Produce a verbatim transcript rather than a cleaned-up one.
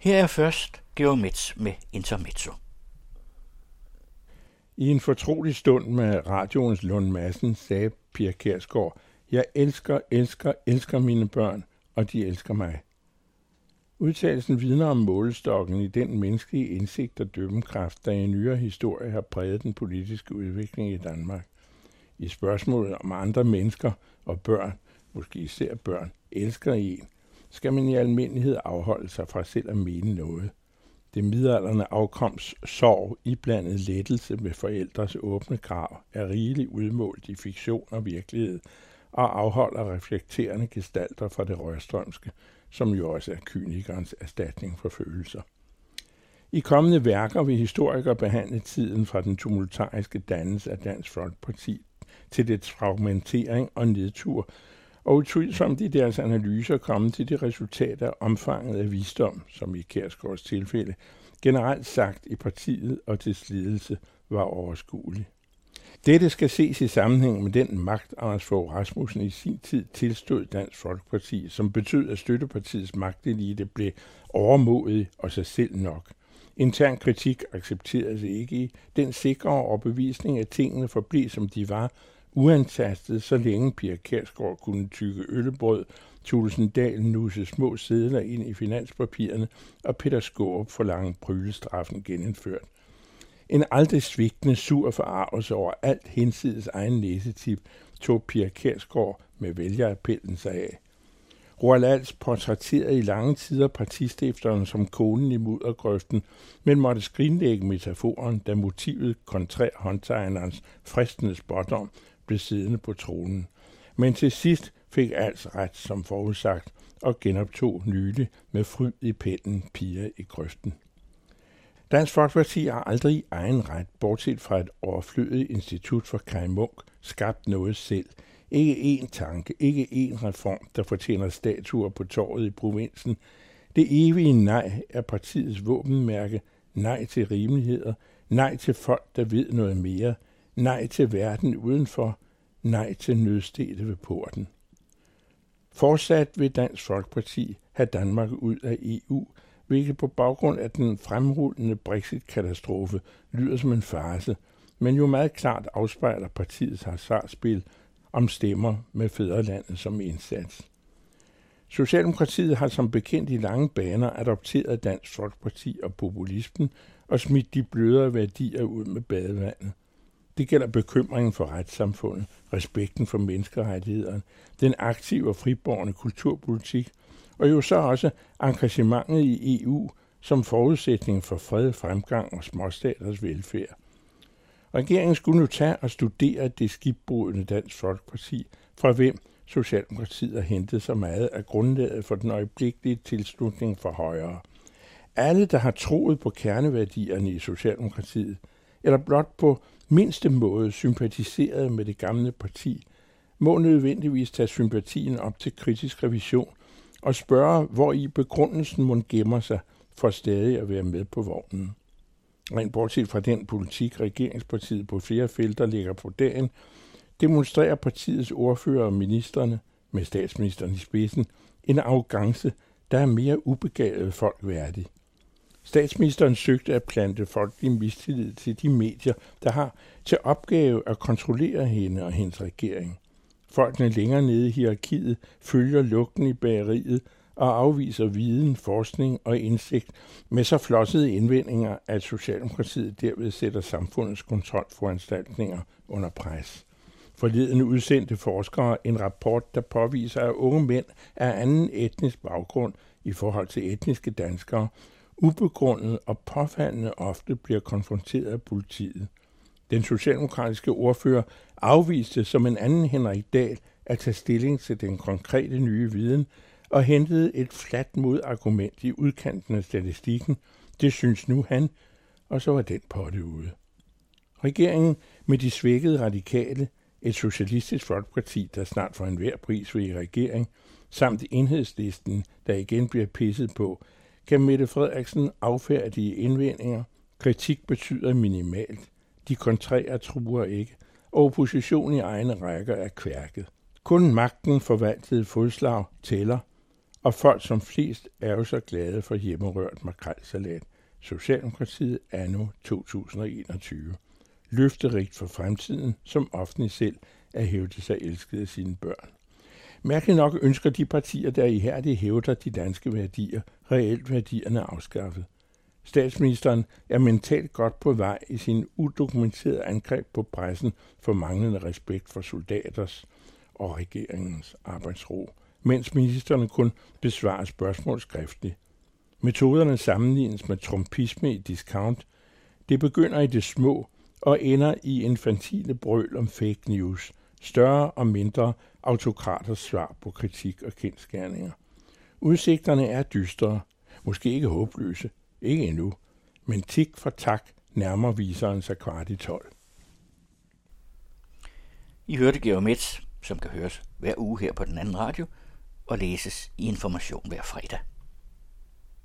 Her er først Georg Metz med Intermezzo. I en fortrolig stund med radioens Lund Madsen sagde Pia Kjærsgaard: Jeg elsker, elsker, elsker mine børn, og de elsker mig. Udtalelsen vidner om målestokken i den menneskelige indsigt og dømmekraft, der i nyere historie har præget den politiske udvikling i Danmark. I spørgsmålet om andre mennesker og børn, måske især børn, elsker en, skal man i almindelighed afholde sig fra selv at mene noget. Det midaldrende afkoms sorg iblandet lettelse med forældres åbne krav er rigeligt udmålt i fiktion og virkelighed, og afholder reflekterende gestalter fra det rørstrømske, som jo også er kynikernes erstatning for følelser. I kommende værker vil historikere behandle tiden fra den tumultariske dannelse af Dansk Folkeparti til dets fragmentering og nedtur, og utvivlsomt i deres analyser komme til det resultat af omfanget af visdom, som i Kjærsgaards tilfælde generelt sagt i partiet og til lidelse var overskuelig. Dette skal ses i sammenhæng med den magt, Anders Fogh Rasmussen i sin tid tilstod Dansk Folkeparti, som betød, at støttepartiets magtelite blev overmodig og sig selv nok. Intern kritik accepteredes ikke i den sikre overbevisning, at tingene forblev som de var, uantastet, så længe Pia Kjærsgaard kunne tygge øllebrød, Thulesen Dahl nusse små sedler ind i finanspapirerne, og Peter Skaarup forlange prylestraffen genindført. En aldrig svigtende sur forarvelse over alt hinsides egen næsetip tog Pia Kjærsgaard med vælgerappellen sig af. Roald Als portrætterede i lange tider partistifteren som konen i muddergrøften, men måtte skrinlægge metaforen, da motivet kontrær håndtegnerens fristende spådom blev siddende på tronen. Men til sidst fik Als ret som forudsagt og genoptog nylig med fryd i pennen Pia i grøften. Dansk Folkeparti har aldrig i egen ret, bortset fra et overflødigt institut for Kaj Munk, skabt noget selv. Ikke én tanke, ikke én reform, der fortjener statuer på torvet i provinsen. Det evige nej er partiets våbenmærke. Nej til rimeligheder. Nej til folk, der ved noget mere. Nej til verden udenfor. Nej til nødstede ved porten. Fortsat vil Dansk Folkeparti have Danmark ud af E U, hvilket på baggrund af den fremrullende Brexit-katastrofe lyder som en farce, men jo meget klart afspejler partiets hasardspil om stemmer med fædrelandet som indsats. Socialdemokratiet har som bekendt i lange baner adopteret Dansk Folkeparti og populismen og smidt de blødere værdier ud med badevandet. Det gælder bekymringen for retssamfundet, respekten for menneskerettighederne, den aktive og friborgende kulturpolitik, og jo så også engagementet i E U som forudsætning for fred, fremgang og småstaters velfærd. Regeringen skulle nu tage og studere det skibbrudne Dansk Folkeparti, fra hvem Socialdemokratiet har hentet så meget af grundlaget for den øjeblikkelige tilslutning fra højre. Alle, der har troet på kerneværdierne i Socialdemokratiet, eller blot på mindste måde sympatiseret med det gamle parti, må nødvendigvis tage sympatien op til kritisk revision og spørge, hvor i begrundelsen mon gemmer sig for stadig at være med på vognen. Rent bortset fra den politik, regeringspartiet på flere felter lægger på dagen, demonstrerer partiets ordfører og ministerne, med statsministeren i spidsen, en arrogance, der er mere ubegavet folk værdig. Statsministeren søgte at plante folkelig mistillid til de medier, der har til opgave at kontrollere hende og hendes regering. Folkene længere nede i hierarkiet følger lugten i bageriet og afviser viden, forskning og indsigt med så flossede indvendinger, at Socialdemokratiet derved sætter samfundets kontrolforanstaltninger under pres. Forleden udsendte forskere en rapport, der påviser, at unge mænd af anden etnisk baggrund i forhold til etniske danskere ubegrundet og påfaldende ofte bliver konfronteret af politiet. Den socialdemokratiske ordfører afviste som en anden Henrik Dahl at tage stilling til den konkrete nye viden og hentede et fladt modargument i udkanten af statistikken. Det synes nu han, og så var den potte ude. Regeringen med de svækkede radikale, et socialistisk folkeparti, der snart for enhver pris vil i regering, samt Enhedslisten, der igen bliver pisset på, kan Mette Frederiksen affærdige indvendinger. Kritik betyder minimalt. De kontrære truer ikke, og opposition i egne rækker er kværket. Kun magten forvaltede fodslag tæller, og folk som flest er jo så glade for hjemmerørt makrelsalat. Socialdemokratiet anno to tusind og enogtyve. Løfterigt for fremtiden, som offentlig selv er hævde sig elsket af sine børn. Mærkeligt nok ønsker de partier, der ihærdigt hævder de danske værdier, reelt værdierne afskaffet. Statsministeren er mentalt godt på vej i sin udokumenterede angreb på pressen for manglende respekt for soldaters og regeringens arbejdsro, mens ministerne kun besvarer spørgsmål skriftligt. Metoderne sammenlignes med trumpisme i discount. Det begynder i det små og ender i infantile brøl om fake news, større og mindre autokraters svar på kritik og kendsgerninger. Udsigterne er dystre, måske ikke håbløse, ikke endnu, men tik for tak nærmer viseren sig kvart i tolv. I hørte Georg Metz, som kan høres hver uge her på den anden radio, og læses i Information hver fredag.